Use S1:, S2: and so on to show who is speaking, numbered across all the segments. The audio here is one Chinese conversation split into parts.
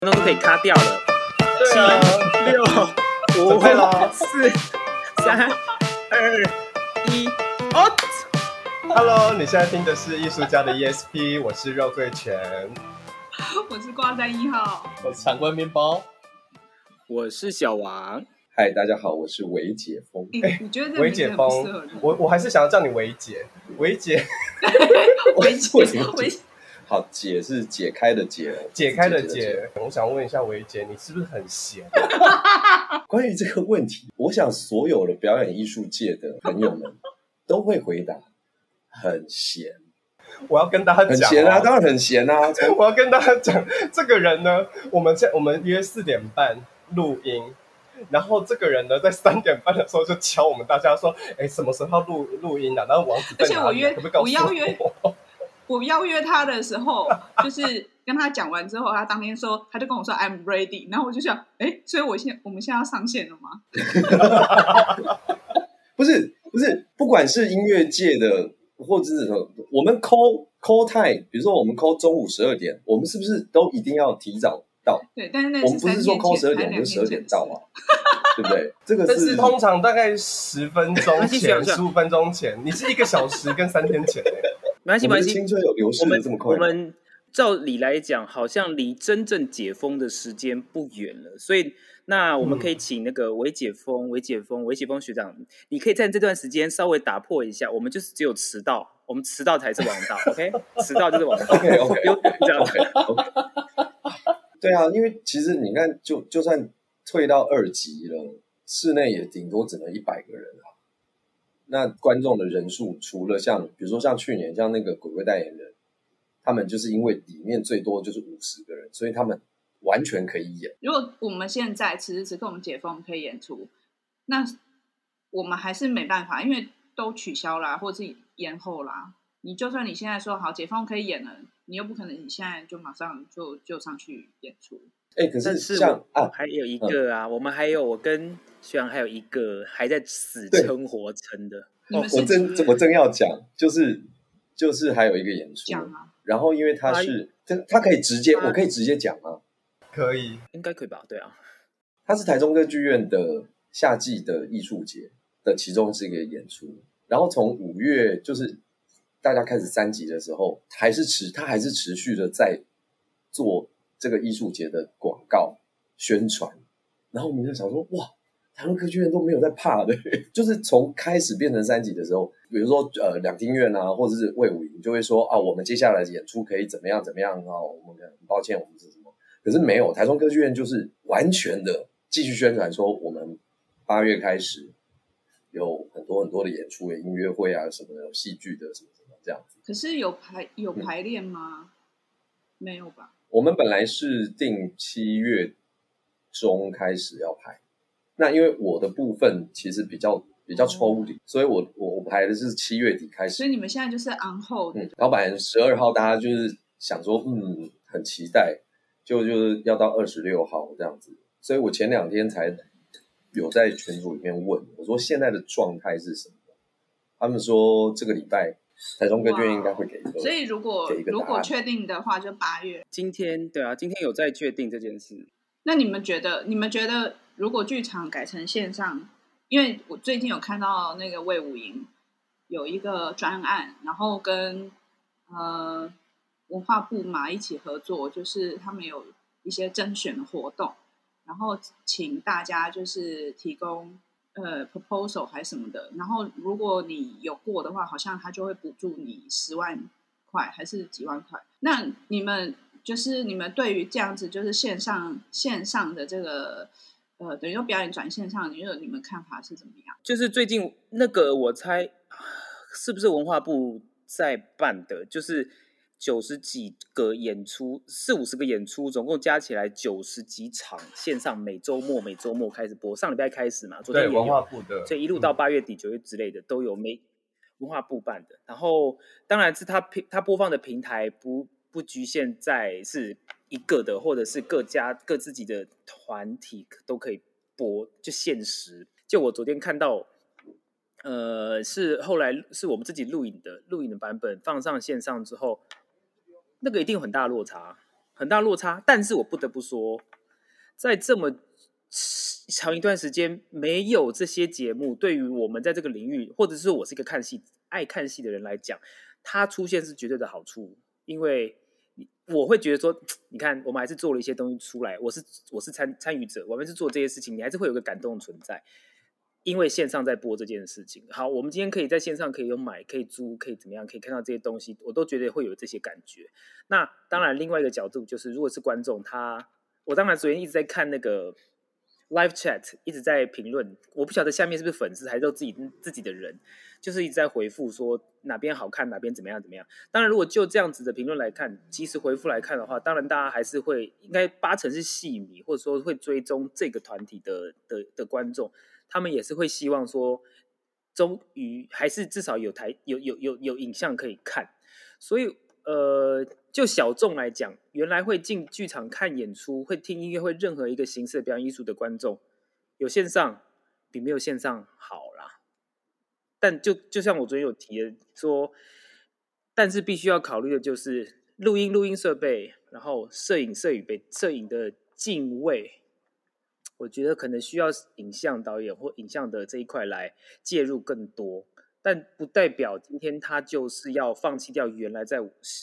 S1: 都可以卡掉了。
S2: 对啊
S1: 7、6、5、4、3、2、1，哦
S2: Hello， 你现在听的是艺术家的 ESP， 我是肉桂犬，
S3: 我是挂在1号，
S4: 我是长官面包，
S1: 我是小王。
S4: 嗨，大家好，我是韦解封。
S3: 你觉得这个名字很不适合你？
S2: 我还是想要叫你韦姐，韦姐，
S3: 韦姐，
S4: 好，解是解开的解，
S2: 解开的解。我想问一下韦姐，你是不是很闲？
S4: 关于这个问题，我想所有的表演艺术界的朋友们都会回答很闲。
S2: 我要跟大家讲，
S4: 很闲啊，当然很闲啊。
S2: 我要跟大家讲，这个人呢，我们约4点半录音。然后这个人呢，在3点半的时候就敲我们大家说：“哎，什么时候要录音啊？然后网址在哪里？可不可以告诉我？”
S3: 我邀约他的时候，就是跟他讲完之后，他当天说，他就跟我说 I'm ready， 然后我就想，哎，所以我们现在要上线了吗？
S4: 不是，不管是音乐界的，或者是什么，我们 call time， 比如说我们 call 中午12点，我们是不是都一定要提早到？
S3: 对，但是那
S4: 我们不是说 call 12点，我们就12点到啊。对不对？这个是
S2: 通常大概10分钟前、15分钟前，你是1个小时跟3天前。
S1: 没关系，
S4: 青春有流逝的这么快。
S1: 我们照理来讲，好像离真正解封的时间不远了，所以那我们可以请那个韦解封学长，你可以在这段时间稍微打破一下，我们就是只有迟到，我们迟到才是王道，OK？ 迟到就是王道
S4: ，OK，
S1: 这样
S4: OK。对啊，因为其实你看，就算退到2级了，室内也顶多只能100个人啊。那观众的人数，除了比如说像去年像那个鬼鬼代言人，他们就是因为里面最多就是50个人，所以他们完全可以演。
S3: 如果我们现在此时此刻我们解封可以演出，那我们还是没办法，因为都取消啦，或者是延后啦。你就算你现在说好解封可以演了，你又不可能你现在就马上就上去演出。
S4: 可是像
S1: 还有一个啊，我们还有我跟徐阳还有一个还在死撑活撑的。
S4: 我正要讲，就是还有一个演出，
S3: 讲啊。
S4: 然后因为他可以直接，我可以直接讲吗？
S2: 可以，
S1: 应该可以吧？对啊，
S4: 他是台中歌剧院的夏季的艺术节的其中是一个演出，然后从5月就是大家开始3级的时候，他还是持续的在做这个艺术节的广告宣传，然后我们就想说，哇，台湾歌剧院都没有在怕的，就是从开始变成3级的时候，比如说两厅院啊，或者是卫武营，就会说啊，我们接下来的演出可以怎么样啊，我们很抱歉，我们是什么？可是没有，台中歌剧院就是完全的继续宣传说，我们8月开始有很多的演出，有音乐会啊什么的，有戏剧的什么这样子。
S3: 可是有排练吗？没有吧？
S4: 我们本来是定7月中开始要排，那因为我的部分其实比较抽离，所以我排的是7月底开始。
S3: 所以你们现在就是 on hold。
S4: 然后本来12号大家就是想说，很期待，就是要到26号这样子。所以我前2天才有在群组里面问，我说现在的状态是什么？他们说这个礼拜台中歌剧院应该会给一个，
S3: 所以如果确定的话，就8月。
S1: 今天有在确定这件事。
S3: 那你们觉得，如果剧场改成线上，因为我最近有看到那个卫武营有一个专案，然后跟文化部嘛一起合作，就是他们有一些甄选的活动，然后请大家就是提供proposal 还是什么的，然后如果你有过的话，好像他就会补助你10万块还是几万块。那你们对于这样子就是线上的这个等于说表演转线上，你们看法是怎么样？
S1: 就是最近那个我猜是不是文化部在办的，就是90几个演出，40-50个演出，总共加起来90几场线上，每周末开始播，上礼拜开始嘛，昨天也有
S2: 文化部的，
S1: 所以一路到8月底9月之类的都有文化部办的。然后当然是他播放的平台不局限在是一个的，或者是各自己的团体都可以播，就限时。就我昨天看到是后来是我们自己录影的版本放上线上之后，那个一定有很大的落差， 很大落差。但是我不得不说，在这么长一段时间没有这些节目，对于我们在这个领域，或者是我是一个爱看戏的人来讲，它出现是绝对的好处，因为我会觉得说，你看，我们还是做了一些东西出来，我是参与者，我们是做这些事情，你还是会有个感动存在，因为线上在播这件事情。好，我们今天可以在线上可以有买，可以租，可以怎么样，可以看到这些东西，我都觉得会有这些感觉。那当然，另外一个角度就是，如果是观众，我当然昨天一直在看那个 live chat， 一直在评论，我不晓得下面是不是粉丝还是自己的人，就是一直在回复说哪边好看，哪边怎么样怎么样。当然，如果就这样子的评论来看，即时回复来看的话，当然大家还是会应该80%是戏迷，或者说会追踪这个团体的观众，他们也是会希望说，终于还是至少有影像可以看，所以就小众来讲，原来会进剧场看演出、会听音乐会任何一个形式的表演艺术的观众，有线上比没有线上好啦。但就像我昨天有提的说，但是必须要考虑的就是录音设备，然后摄影的敬畏，我觉得可能需要影像导演或影像的这一块来介入更多。但不代表今天他就是要放弃掉原来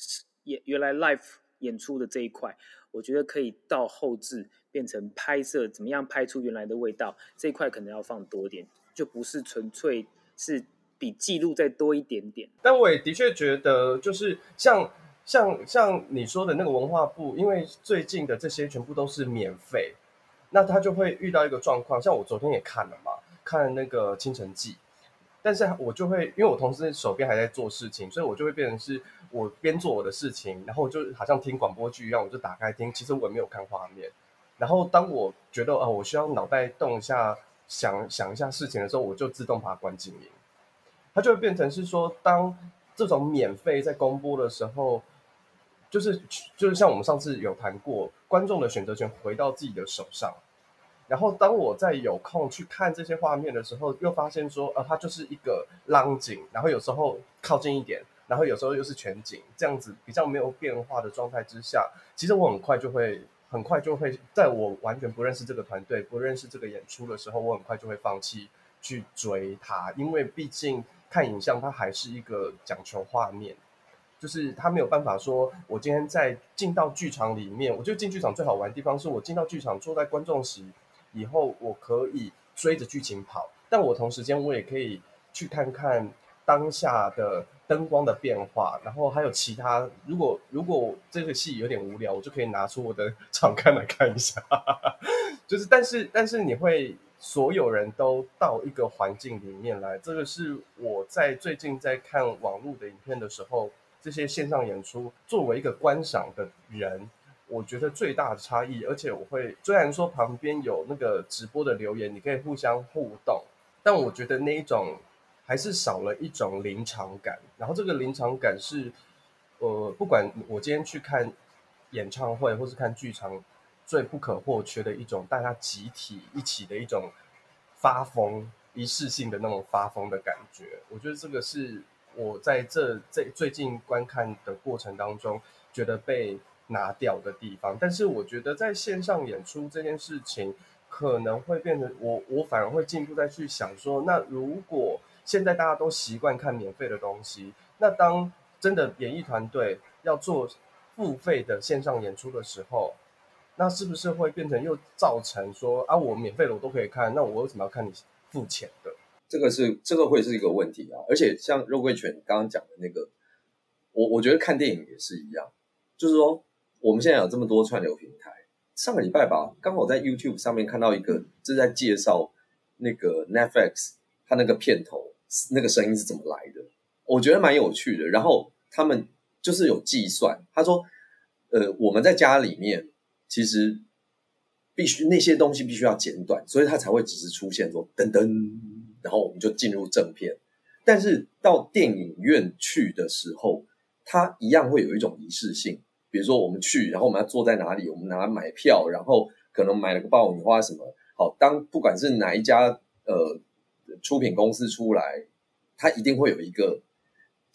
S1: live 演出的这一块，我觉得可以到后制变成拍摄，怎么样拍出原来的味道，这一块可能要放多一点，就不是纯粹是比记录再多一点点。
S2: 但我也的确觉得，就是像你说的那个文化部，因为最近的这些全部都是免费，那他就会遇到一个状况，像我昨天也看了嘛，看那个《倾城记》。但是我就会，因为我同时手边还在做事情，所以我就会变成是我边做我的事情，然后我就好像听广播剧一样，我就打开听，其实我也没有看画面。然后当我觉得我需要脑袋动一下，想一下事情的时候，我就自动把它关静音。它就会变成是说，当这种免费在公播的时候，就是像我们上次有谈过，观众的选择权回到自己的手上。然后当我在有空去看这些画面的时候，又发现说，它就是一个浪景，然后有时候靠近一点，然后有时候又是全景，这样子比较没有变化的状态之下，其实我很快就会，在我完全不认识这个团队、不认识这个演出的时候，我很快就会放弃去追它，因为毕竟看影像它还是一个讲求画面。就是他没有办法说，我今天在进到剧场里面，我觉得进剧场最好玩的地方是我进到剧场坐在观众席以后，我可以追着剧情跑，但我同时间我也可以去看看当下的灯光的变化，然后还有其他，如果这个戏有点无聊，我就可以拿出我的场刊来看一下。就是但是你会所有人都到一个环境里面来，这个是我在最近在看网络的影片的时候，这些线上演出作为一个观赏的人，我觉得最大的差异。而且我会虽然说旁边有那个直播的留言，你可以互相互动，但我觉得那一种还是少了一种临场感。然后这个临场感是不管我今天去看演唱会或是看剧场，最不可或缺的一种大家集体一起的一种发疯，仪式性的那种发疯的感觉。我觉得这个是我在这最近观看的过程当中觉得被拿掉的地方。但是我觉得在线上演出这件事情可能会变成我反而会进一步再去想说，那如果现在大家都习惯看免费的东西，那当真的演艺团队要做付费的线上演出的时候，那是不是会变成又造成说我免费的我都可以看，那我为什么要看你付钱的？
S4: 这个会是一个问题啊。而且像肉桂犬刚刚讲的那个，我觉得看电影也是一样，就是说我们现在有这么多串流平台，上个礼拜吧，刚好在 YouTube 上面看到一个，是在介绍那个 Netflix 它那个片头那个声音是怎么来的，我觉得蛮有趣的。然后他们就是有计算，他说我们在家里面其实必须那些东西必须要简短，所以它才会只是出现说噔噔，然后我们就进入正片。但是到电影院去的时候，它一样会有一种仪式性，比如说我们去，然后我们要坐在哪里，我们拿买票，然后可能买了个爆米花什么。好，当不管是哪一家出品公司出来，它一定会有一个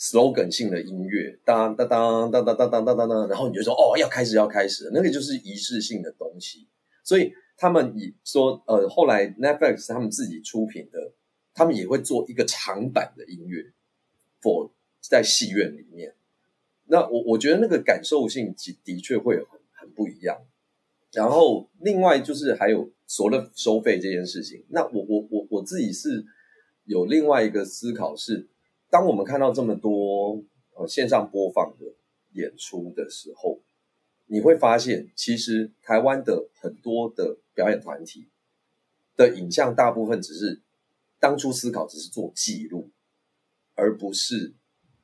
S4: slogan 性的音乐，当当当当当当当当当，然后你就说要开始了，那个就是仪式性的东西。所以他们说后来 Netflix 他们自己出品的，他们也会做一个长版的音乐 for 在戏院里面。那我觉得那个感受性的确会很不一样。然后另外就是还有所谓的收费这件事情，那我自己是有另外一个思考是，当我们看到这么多线上播放的演出的时候，你会发现其实台湾的很多的表演团体的影像大部分只是当初思考只是做记录，而不是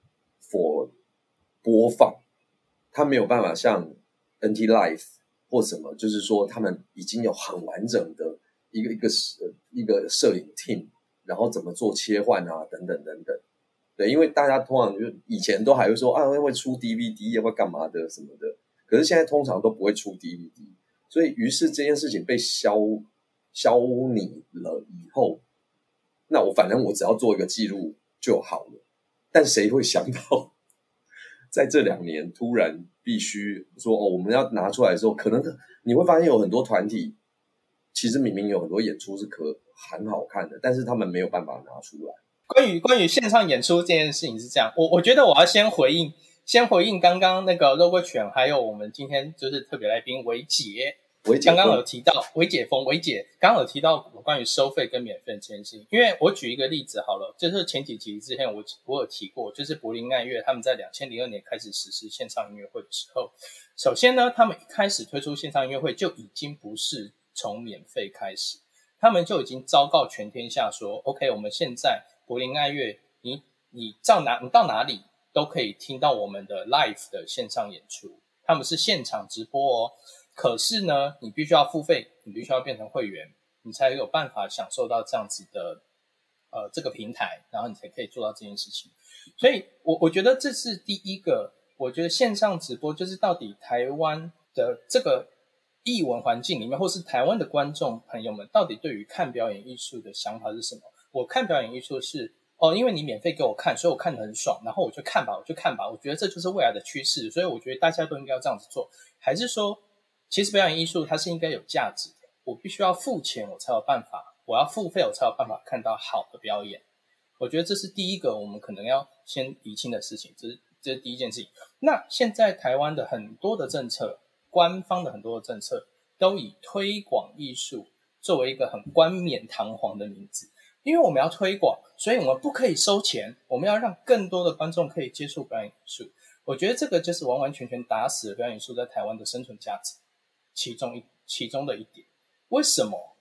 S4: for 播放。它没有办法像 NT Live 或什么，就是说他们已经有很完整的一个摄影 team， 然后怎么做切换啊等等等等。对，因为大家通常就以前都还会说会出 DVD 要不要干嘛的什么的，可是现在通常都不会出 DVD， 所以于是这件事情被消弭了以后，那反正我只要做一个记录就好了。但谁会想到在这2年突然必须说我们要拿出来的时候，可能你会发现有很多团体其实明明有很多演出是很好看的，但是他们没有办法拿出来。
S5: 关于线上演出这件事情是这样，我觉得我要先回应刚刚那个肉桂犬，还有我们今天就是特别来宾维姐刚刚有提到维姐刚刚有提到关于收费跟免费这件事情。因为我举一个例子好了，就是前几集之前我有提过，就是柏林爱乐他们在2002年开始实施线上音乐会的时候，首先呢，他们一开始推出线上音乐会就已经不是从免费开始，他们就已经昭告全天下说 OK， 我们现在柏林爱乐你到哪里都可以听到我们的 live 的线上演出，他们是现场直播哦。可是呢，你必须要付费，你必须要变成会员，你才有办法享受到这样子的这个平台，然后你才可以做到这件事情。所以我觉得这是第一个，我觉得线上直播就是到底台湾的这个艺文环境里面，或是台湾的观众朋友们到底对于看表演艺术的想法是什么。我看表演艺术是因为你免费给我看，所以我看得很爽，然后我就看吧，我觉得这就是未来的趋势，所以我觉得大家都应该要这样子做。还是说其实表演艺术它是应该有价值的，我必须要付钱我才有办法，我要付费我才有办法看到好的表演。我觉得这是第一个我们可能要先厘清的事情，这是第一件事情。那现在台湾的很多的政策，官方的很多的政策都以推广艺术作为一个很冠冕堂皇的名字，因为我们要推广，所以我们不可以收钱，我们要让更多的观众可以接触表演艺术。我觉得这个就是完完全全打死了表演艺术在台湾的生存价值其中的一点。为什么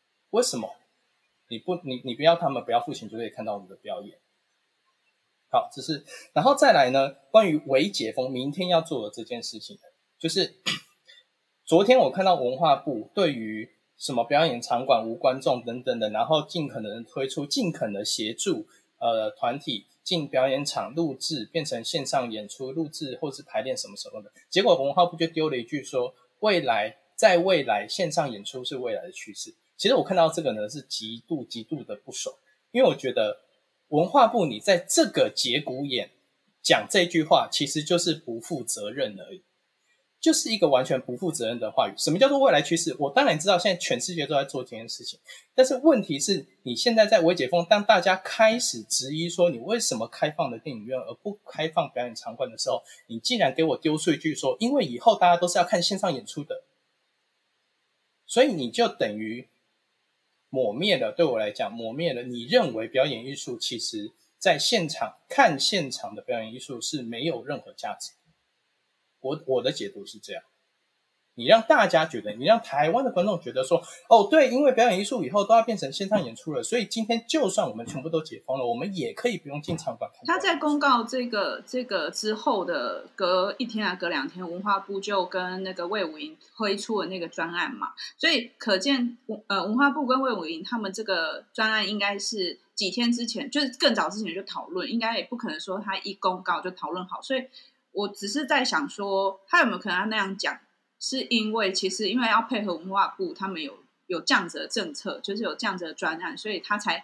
S5: 你不要他们不要付钱就可以看到我们的表演？好，这是然后再来呢，关于微解封明天要做的这件事情，就是昨天我看到文化部对于什么表演场馆无观众等等的，然后尽可能推出，尽可能协助团体进表演场录制，变成线上演出录制或是排练什么什么的。结果文化部就丢了一句说，在未来线上演出是未来的趋势。其实我看到这个呢是极度的不爽，因为我觉得文化部你在这个节骨眼讲这句话，其实就是不负责任而已，就是一个完全不负责任的话语。什么叫做未来趋势？我当然知道现在全世界都在做这件事情，但是问题是你现在在微解封，当大家开始质疑说你为什么开放的电影院而不开放表演场馆的时候，你竟然给我丢出一句说因为以后大家都是要看线上演出的，所以你就等于抹灭了，对我来讲抹灭了你认为表演艺术其实在现场看现场的表演艺术是没有任何价值。我的解读是这样，你让大家觉得，你让台湾的观众觉得说对，因为表演艺术以后都要变成线上演出了，所以今天就算我们全部都解封了，我们也可以不用进场馆看。
S3: 他在公告这个之后的隔1天啊隔2天，文化部就跟那个卫武营推出了那个专案嘛，所以可见文化部跟卫武营他们这个专案应该是几天之前，就是更早之前就讨论，应该也不可能说他一公告就讨论好。所以我只是在想说他有没有可能要那样讲，是因为其实因为要配合文化部他们有这样子的政策，就是有这样子的专案，所以他才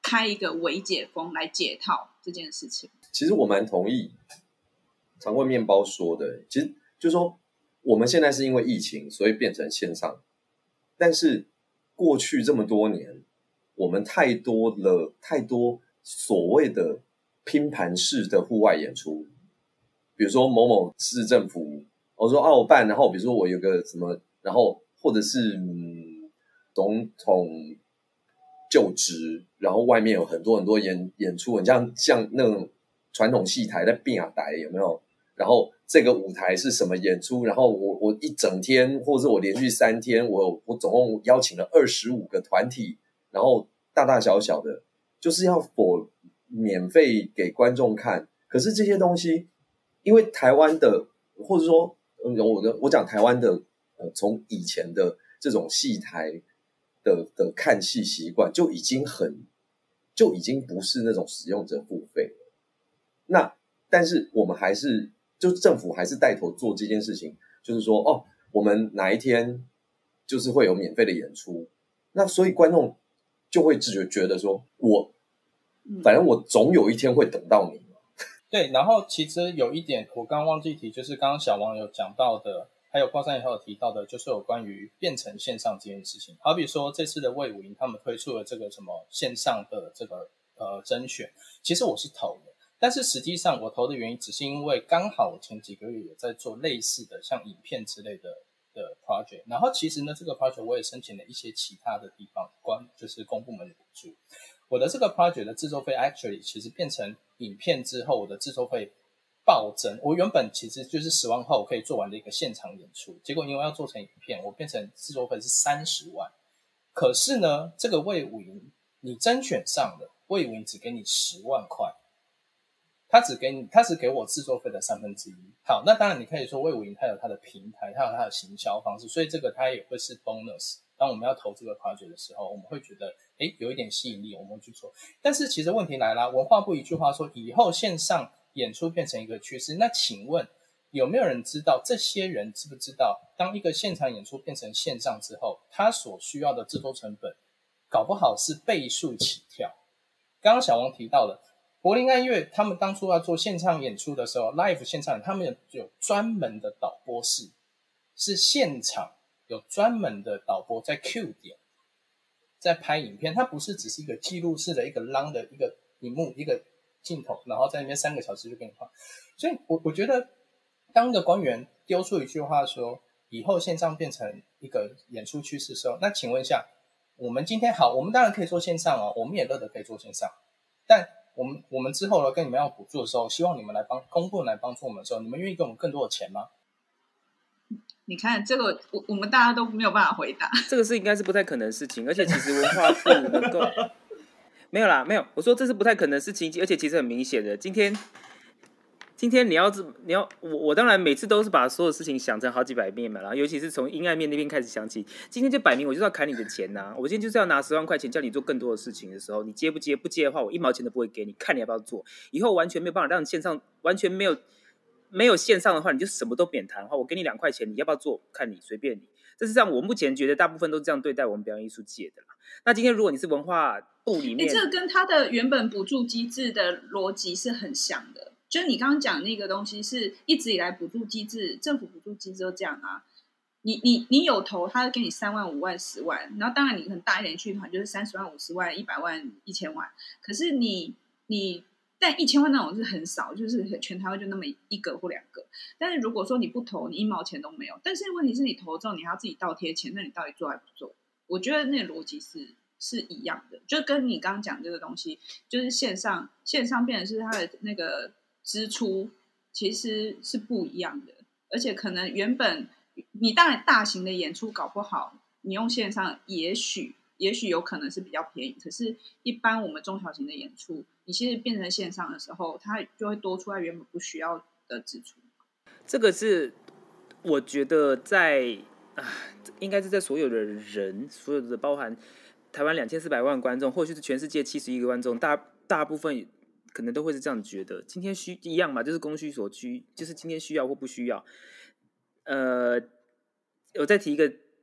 S3: 开一个微解封来解套这件事情。
S4: 其实我蛮同意常贵面包说的，其实就是说我们现在是因为疫情所以变成线上，但是过去这么多年我们太多所谓的拼盘式的户外演出，比如说某某市政府我说我办，然后比如说我有个什么，然后或者是总统就职，然后外面有很多演出，很像那种传统戏台在变台有没有？然后这个舞台是什么演出？然后我一整天，或者是我连续3天，我总共邀请了25个团体，然后大大小小的，就是要免费给观众看。可是这些东西，因为台湾的，或者说我讲台湾的，从以前的这种戏台的看戏习惯就已经不是那种使用者付费了。那但是我们还是就政府还是带头做这件事情，就是说我们哪一天就是会有免费的演出，那所以观众就会觉得说反正我总有一天会等到你。
S5: 对，然后其实有一点我刚刚忘记提，就是刚刚小王有讲到的，还有高山也有提到的，就是有关于变成线上这件事情。好比说这次的卫武营他们推出了这个什么线上的这个甄选，其实我是投的，但是实际上我投的原因只是因为刚好我前几个月有在做类似的像影片之类的 project， 然后其实呢这个 project 我也申请了一些其他的地方就是公部门的补助。我的这个 project 的制作费 actually 其实变成影片之后，我的制作费暴增。我原本其实就是10万块我可以做完的一个现场演出，结果因为要做成影片，我变成制作费是30万。可是呢，这个卫武营你甄选上了，卫武营只给你10万块，他只给我制作费的1/3。好，那当然你可以说卫武营它有它的平台，它有它的行销方式，所以这个它也会是 bonus。当我们要投这个 project 的时候，我们会觉得有一点吸引力，我们会去做。但是其实问题来了，文化部一句话说以后线上演出变成一个趋势，那请问有没有人知道，这些人知不知道当一个现场演出变成线上之后，他所需要的制作成本搞不好是倍数起跳。刚刚小王提到的柏林爱乐，他们当初要做线上演出的时候 live 线上，他们有专门的导播室，是现场有专门的导播在 Q 点在拍影片，它不是只是一个记录式的一个 long 的一个荧幕一个镜头，然后在那边3个小时就给你放。所以我觉得当一个官员丢出一句话说以后线上变成一个演出趋势的时候，那请问一下，我们今天好，我们当然可以做线上我们也乐得可以做线上，但我们之后呢跟你们要补助的时候，希望你们来公部门来帮助我们的时候，你们愿意给我们更多的钱吗？
S3: 你看这个我们大家都没有办法回答，
S1: 这个是应该是不太可能的事情，而且其实文化部能够没有，我说这是不太可能的事情，而且其实很明显的，今天你要我当然每次都是把所有事情想成好几百遍嘛，然后尤其是从阴暗面那边开始想起，今天就摆明我就是要砍你的钱我今天就是要拿10万块钱叫你做更多的事情的时候，你接不接？不接的话，我1毛钱都不会给你，看你要不要做。以后完全没有办法让你线上完全没有线上的话，你就什么都免谈的话，我给你2块钱，你要不要做？看你随便你。这是这样，我目前觉得大部分都这样对待我们表演艺术界的啦。那今天如果你是文化部里面，
S3: 这个跟他的原本补助机制的逻辑是很像的。就是你刚刚讲那个东西，是一直以来补助机制，政府补助机制都这样你有投，他会给你3万、5万、10万，然后当然你很大一点剧团就是30万、50万、100万、1000万，可是但1000万那种是很少，就是全台湾就那么1个或2个。但是如果说你不投，你1毛钱都没有。但是问题是你投之后，你还要自己倒贴钱，那你到底做还不做？我觉得那个逻辑是一样的，就跟你刚刚讲这个东西，就是线上变成是它的那个支出其实是不一样的，而且可能原本你当然大型的演出搞不好，你用线上也许有可能是比较便宜，可是一般我们中小型的演出，你其实变成线上的时候，它就会多出来原本不需要的支出。
S1: 这个是我觉得应该是在所有的人，所有的包含台湾2400万观众，或许是全世界71亿个观众，大部分可能都会是这样觉得。今天一样嘛，就是供需所需，就是今天需要或不需要。我再提一个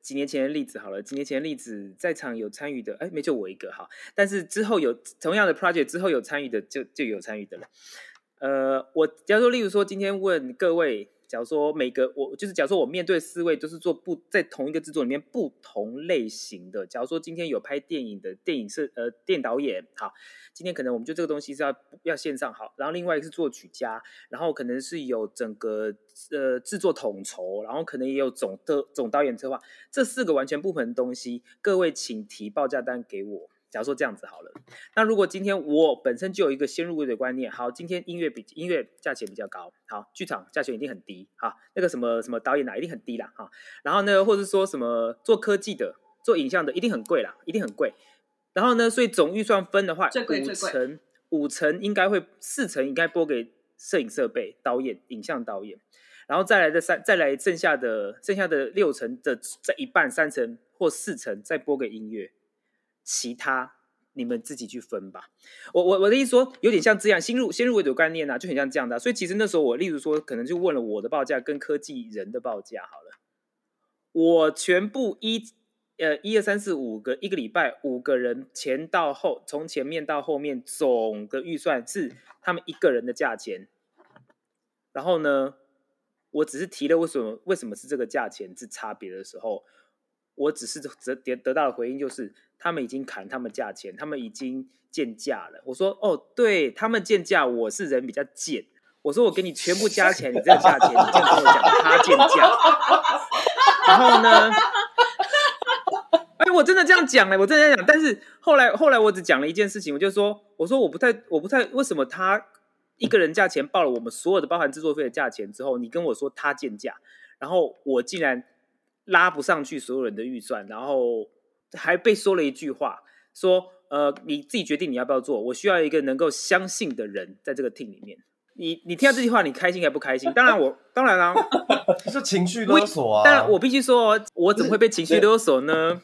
S1: 几年前的例子好了，几年前的例子在场有参与的，没就我一个好，但是之后有同样的 project 之后有参与的就有参与的了。我假如说，例如说今天问各位，假如说假如说我面对4位都是做在同一个制作里面不同类型的，假如说今天有拍电影的电影导演，好，今天可能我们就这个东西是要线上好，然后另外一个是作曲家，然后可能是有整个制作统筹，然后可能也有总导演策划，这4个完全不同的东西，各位请提报价单给我。假如说这样子好了，那如果今天我本身就有一个先入为主的观念，好，今天音乐价钱比较高，好，剧场价钱一定很低，好，那个什么导演一定很低啦，好，然后呢，或者说什么做科技的、做影像的一定很贵啦，一定很贵。然后呢，所以总预算分的话，五成应该会4成应该拨给摄影设备、导演、影像导演，然后再来剩下的6成的这一半3成或4成再拨给音乐。其他你们自己去分吧。我的意思说，有点像这样先入为主的观念啊，就很像这样的所以其实那时候我，例如说，可能就问了我的报价跟科技人的报价好了。我全部1、2、3、4、5个一个礼拜5个人前到后，从前面到后面总的预算是他们1个人的价钱。然后呢，我只是提了为什么是这个价钱是差别的时候。我只是得到的回应就是他们已经砍他们价钱，他们已经贱价了。我说对，他们贱价，我是人比较贱。我说我给你全部加起来，你这个价钱，你这样跟我讲他贱价。然后呢，我真的这样讲我真的这样讲。但是后来我只讲了一件事情，我说我不太为什么他1个人价钱报了我们所有的包含制作费的价钱之后，你跟我说他贱价，然后我竟然拉不上去所有人的预算，然后还被说了一句话，说你自己决定你要不要做，我需要一个能够相信的人在这个 team 里面。你听到这句话，你开心还不开心？当然啦，
S2: 是情绪勒索啊！
S1: 当然，我必须说，我怎么会被情绪勒索呢？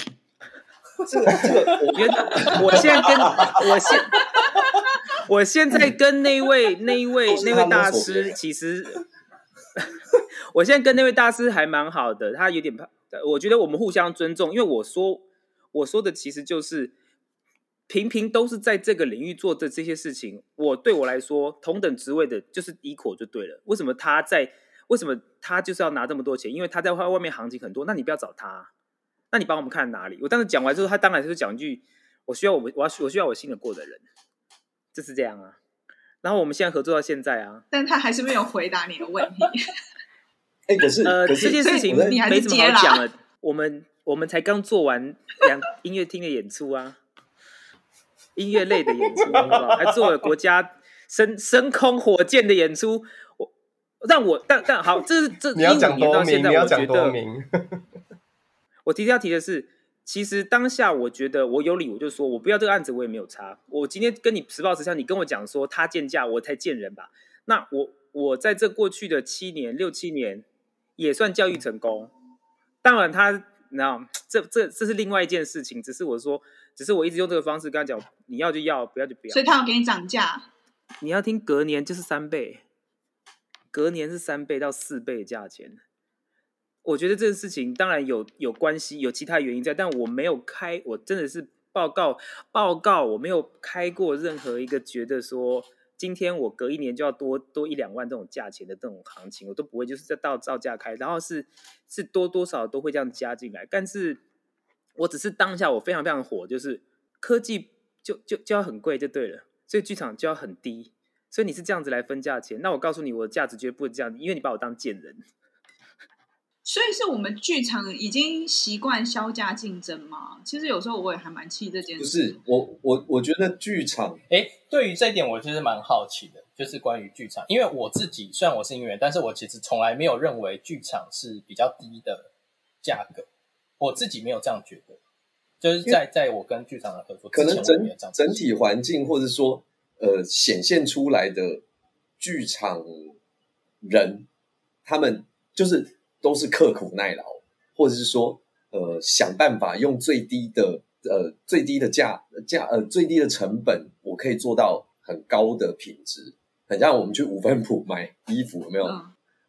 S1: 我现在跟那位大师，其实。我现在跟那位大师还蛮好的，他有点，我觉得我们互相尊重，因为我说的其实就是平都是在这个领域做的这些事情，对我来说同等职位的就是 equal 就对了。为什么他就是要拿这么多钱？因为他在外面行情很多，那你不要找他，那你帮我们看哪里？我当时讲完之后，他当然是讲一句，我需要我信得过的人，就是这样啊。然后我们现在合作到现在啊，
S3: 但他还是没有回答你的问题。
S4: 可是
S1: 这件事情没什么好讲了。我们才刚做完音乐厅的演出啊，音乐类的演出，好不好？还做了国家升空火箭的演出。但好，这
S2: 你要讲多明，你要讲多明。
S1: 我要提的是。其实当下我觉得我有理，我就说我不要这个案子，我也没有差。我今天跟你实报实销，你跟我讲说他贱价，我才贱人吧？那我在这过去的6、7年也算教育成功。当然这是另外一件事情，只是我一直用这个方式跟他讲，你要就要，不要就不要。
S3: 所以他有给你涨价？
S1: 你要听隔年就是3倍，隔年是3倍到4倍的价钱。我觉得这个事情当然有关系，有其他原因在，但我没有我真的是报告，我没有开过任何一个觉得说今天我隔1年就要多1、2万这种价钱的这种行情，我都不会，就是照价开，然后是多少都会这样加进来。但是我只是当下我非常非常火，就是科技就要很贵就对了，所以剧场就要很低，所以你是这样子来分价钱，那我告诉你，我的价值绝对不会这样，因为你把我当贱人。
S3: 所以是我们剧场已经习惯削价竞争吗？其实有时候我也还蛮气这件事。
S4: 不是我觉得剧场，
S5: 对于这一点我就是蛮好奇的，就是关于剧场，因为我自己虽然我是音乐人，但是我其实从来没有认为剧场是比较低的价格，我自己没有这样觉得。就是在我跟剧场的合作之前，
S4: 可能整体环境或者说显现出来的剧场人，他们就是都是刻苦耐劳，或者是说想办法用最低的最低的成本，我可以做到很高的品质。很像我们去5分埔买衣服，有没有？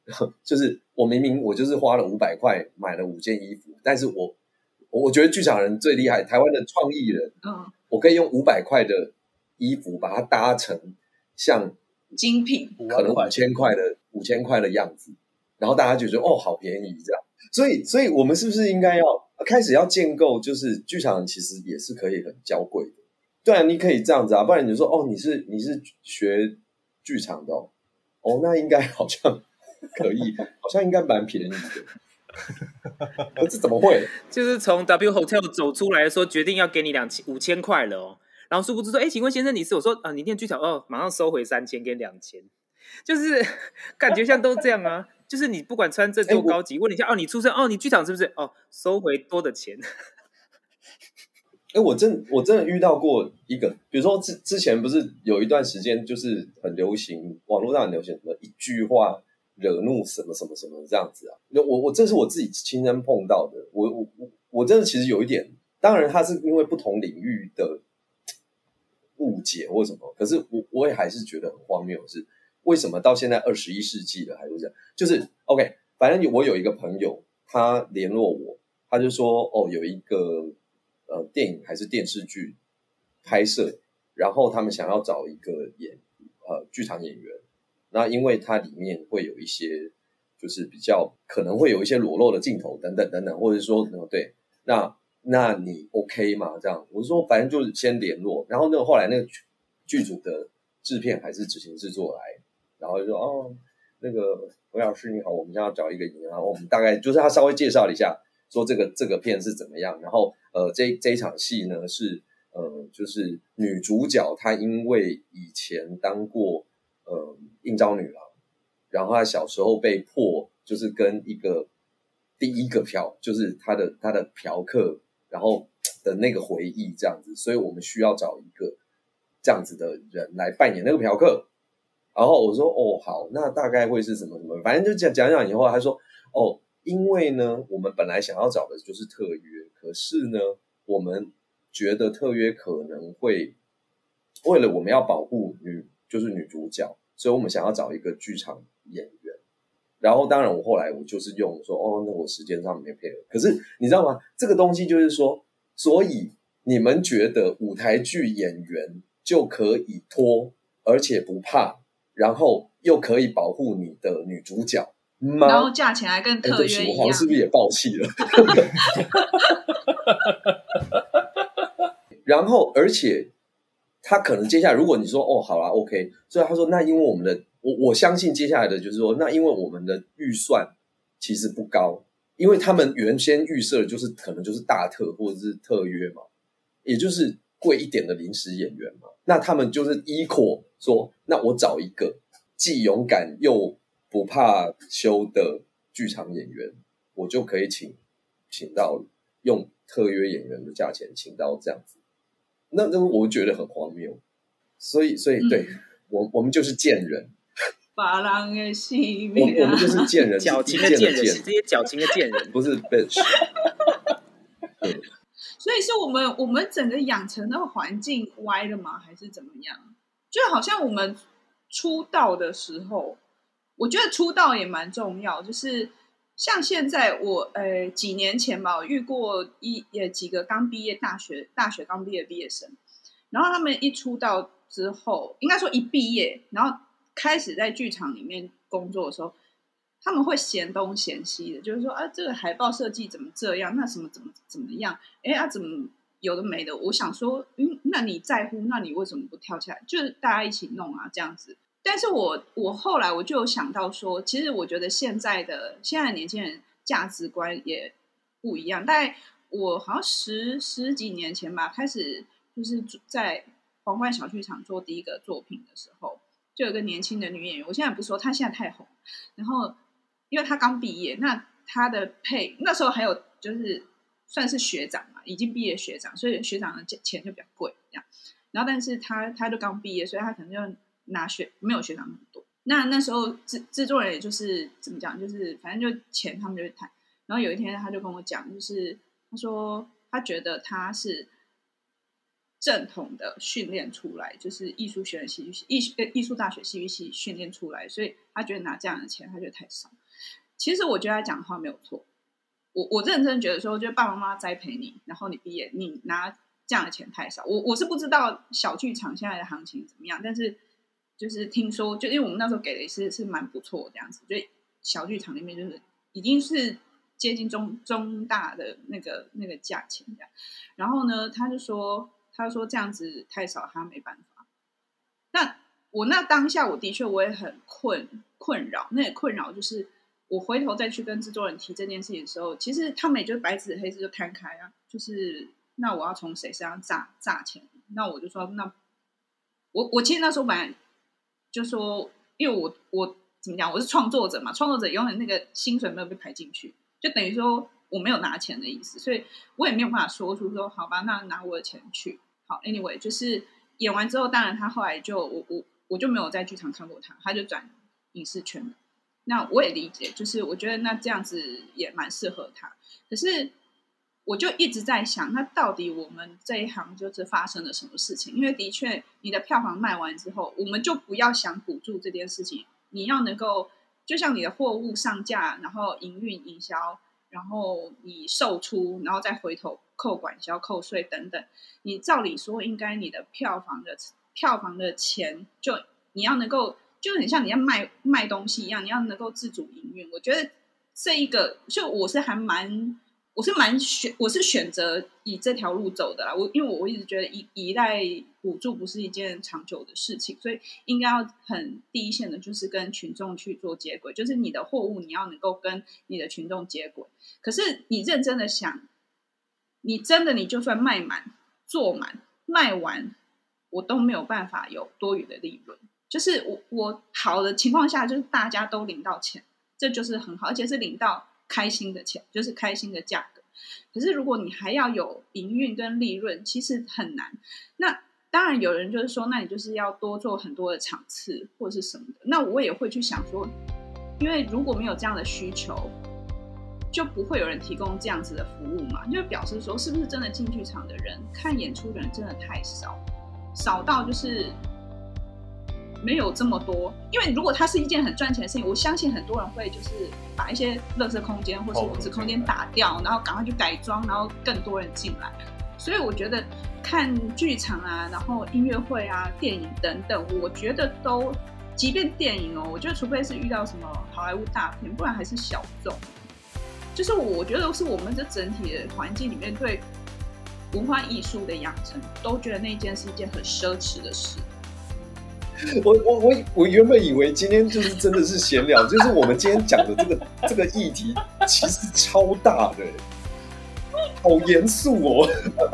S4: 就是我明明我就是花了500块买了5件衣服，但是我觉得剧场人最厉害，台湾的创意人，我可以用500块的衣服把它搭成像
S3: 精品，
S4: 可能5000块的样子，然后大家就觉得哦好便宜这样，所以我们是不是应该要开始要建构，就是剧场人其实也是可以很娇贵的。对啊，你可以这样子啊，不然你就说哦你是学剧场的哦，那应该好像可以，好像应该蛮便宜的。可是怎么会？
S1: 就是从 W Hotel 走出来说决定要给你5000块了哦，然后殊不知说，请问先生你是？我说你念剧场马上收回3000给2000，就是感觉像都这样啊。就是你不管穿正多高级，问你一下你出身你剧场是不是？收回多的钱。
S4: 我真的遇到过一个，比如说之前不是有一段时间就是很流行，网络上很流行什么一句话惹怒什么什么什么这样子啊。我这是我自己亲身碰到的，我真的其实有一点，当然它是因为不同领域的误解或什么，可是我也还是觉得很荒谬的是，为什么到现在21世纪了还是这样？就是 OK， 反正我有一个朋友，他联络我，他就说有一个电影还是电视剧拍摄，然后他们想要找一个剧场演员，那因为它里面会有一些就是比较可能会有一些裸露的镜头等等等等，或者说对，那你 OK 吗？这样我说反正就是先联络，然后后来那个剧组的制片还是执行制作来，然后就说那个韦老师你好，我们现在要找一个演员，然后我们大概就是他稍微介绍了一下，说这个片是怎么样，然后这一场戏呢是就是女主角她因为以前当过应召女郎，然后她小时候被迫就是跟一个第一个就是她的嫖客，然后的那个回忆这样子，所以我们需要找一个这样子的人来扮演那个嫖客。然后我说好，那大概会是什么什么，反正就讲以后，他说因为呢我们本来想要找的就是特约，可是呢我们觉得特约可能会为了我们要保护女主角，所以我们想要找一个剧场演员。然后当然我后来我就是用说那我时间上没配合，可是你知道吗，这个东西就是说，所以你们觉得舞台剧演员就可以拖而且不怕，然后又可以保护你的女主角吗？
S3: 然后价钱还跟特约一样，
S4: 我是不是也爆气了？然后而且他可能接下来如果你说好啦 OK， 所以他说那因为我们的我相信接下来的就是说，那因为我们的预算其实不高，因为他们原先预设的就是可能就是大特或者是特约嘛，也就是贵一点的临时演员嘛，那他们就是说那我找一个既勇敢又不怕羞的剧场演员，我就可以请到用特约演员的价钱请到这样子，那我觉得很荒谬，所以对，我们就是贱人，
S3: 别人的性命
S4: 我们就是贱人，
S1: 矫情的贱人，这些矫情的贱人，
S4: 不是 bitch。对，
S3: 所以是我们整个养成的环境歪了吗？还是怎么样？就好像我们出道的时候，我觉得出道也蛮重要，就是像现在我几年前吧，我遇过几个刚毕业大学刚毕业的毕业生，然后他们一出道之后，应该说一毕业，然后开始在剧场里面工作的时候，他们会嫌东嫌西的，就是说这个海报设计怎么这样，那什么怎么样，怎么有的没的。我想说那你在乎，那你为什么不跳起来，就是大家一起弄啊这样子。但是我后来我就有想到说，其实我觉得现在的年轻人价值观也不一样。大概我好像十几年前吧，开始就是在皇冠小剧场做第一个作品的时候，就有个年轻的女演员，我现在不说，她现在太红，然后因为她刚毕业，那她的配那时候还有就是算是学长嘛，已经毕业学长，所以学长的钱就比较贵这样。然后但是她就刚毕业，所以她可能就没有学长那么多。那时候制作人也就是怎么讲，就是反正就钱他们就会谈。然后有一天他就跟我讲，就是他说他觉得他是正统的训练出来，就是艺术学院戏剧系、艺术大学戏剧系训练出来，所以他觉得拿这样的钱他觉得太少。其实我觉得他讲的话没有错，我认真觉得说，我觉得爸爸妈妈栽培你，然后你毕业你拿这样的钱太少。我是不知道小剧场现在的行情怎么样，但是就是听说，就因为我们那时候给的是蛮不错这样子，就小剧场里面就是已经是接近中大的那个价钱这样。然后呢，他就说这样子太少，他没办法。那当下我的确我也很困扰，那也困扰就是我回头再去跟制作人提这件事情的时候，其实他们也就白纸黑字就摊开啊，就是那我要从谁身上榨钱？那我就说，那我其实那时候本来就说，因为我怎么讲，我是创作者嘛，创作者永远那个薪水没有被排进去，就等于说我没有拿钱的意思，所以我也没有办法说出说好吧，那拿我的钱去。好 ，anyway， 就是演完之后，当然他后来就我就没有在剧场看过他就转影视圈了。那我也理解，就是我觉得那这样子也蛮适合他。可是我就一直在想，那到底我们这一行就是发生了什么事情？因为的确，你的票房卖完之后，我们就不要想补助这件事情，你要能够，就像你的货物上架，然后营运、营销，然后你售出，然后再回头扣管销、扣税等等，你照理说应该你的票房的钱，就你要能够，就很像你要卖东西一样，你要能够自主营运。我觉得这一个，就我是选择以这条路走的啦。因为我一直觉得依赖补助不是一件长久的事情，所以应该要很第一线的就是跟群众去做接轨，就是你的货物你要能够跟你的群众接轨。可是你认真的想，你就算卖满做满卖完，我都没有办法有多余的利润。就是我好的情况下，就是大家都领到钱，这就是很好，而且是领到开心的钱，就是开心的价格。可是如果你还要有营运跟利润，其实很难。那当然有人就是说，那你就是要多做很多的场次或是什么的。那我也会去想说，因为如果没有这样的需求，就不会有人提供这样子的服务嘛，就表示说是不是真的进剧场的人看演出的人真的太少到就是没有这么多。因为如果它是一件很赚钱的事情，我相信很多人会就是把一些垃圾空间或是文字空间打掉，然后赶快去改装，然后更多人进来。所以我觉得看剧场啊，然后音乐会啊、电影等等，我觉得都，即便电影哦，我觉得除非是遇到什么好莱坞大片，不然还是小众。就是我觉得是我们这整体的环境里面对文化艺术的养成，都觉得那件是一件很奢侈的事。
S4: 我原本以为今天就是真的是闲聊，就是我们今天讲的这个议题其实超大的，好严肃哦。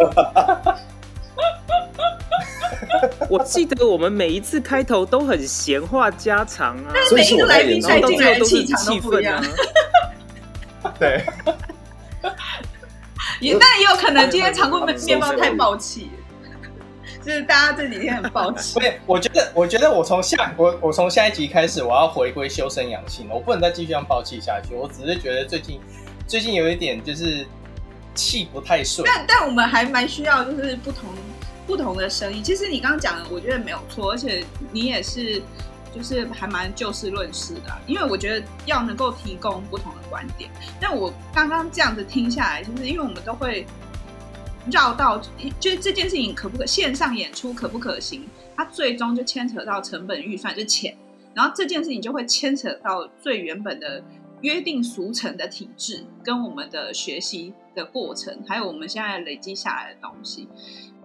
S1: 我记得我们每一次开头都很闲话家常啊，
S3: 但是每一个来宾带进来的气场都不一样。
S2: 对，
S3: 但也有可能今天常规面包太爆气了，就是大家这几天很爆气。
S5: 我觉得我从下一集开始，我要回归修身养性了，我不能再继续这样爆气下去。我只是觉得最近有一点就是气不太顺，
S3: 但我们还蛮需要就是不同的声音。其实你刚刚讲的，我觉得没有错，而且你也是就是还蛮就事论事的，因为我觉得要能够提供不同的观点。但我刚刚这样子听下来，就是因为我们都会绕到，就是这件事情可不可线上演出可不可行，它最终就牵扯到成本预算，就是钱，然后这件事情就会牵扯到最原本的约定俗成的体制，跟我们的学习的过程，还有我们现在累积下来的东西。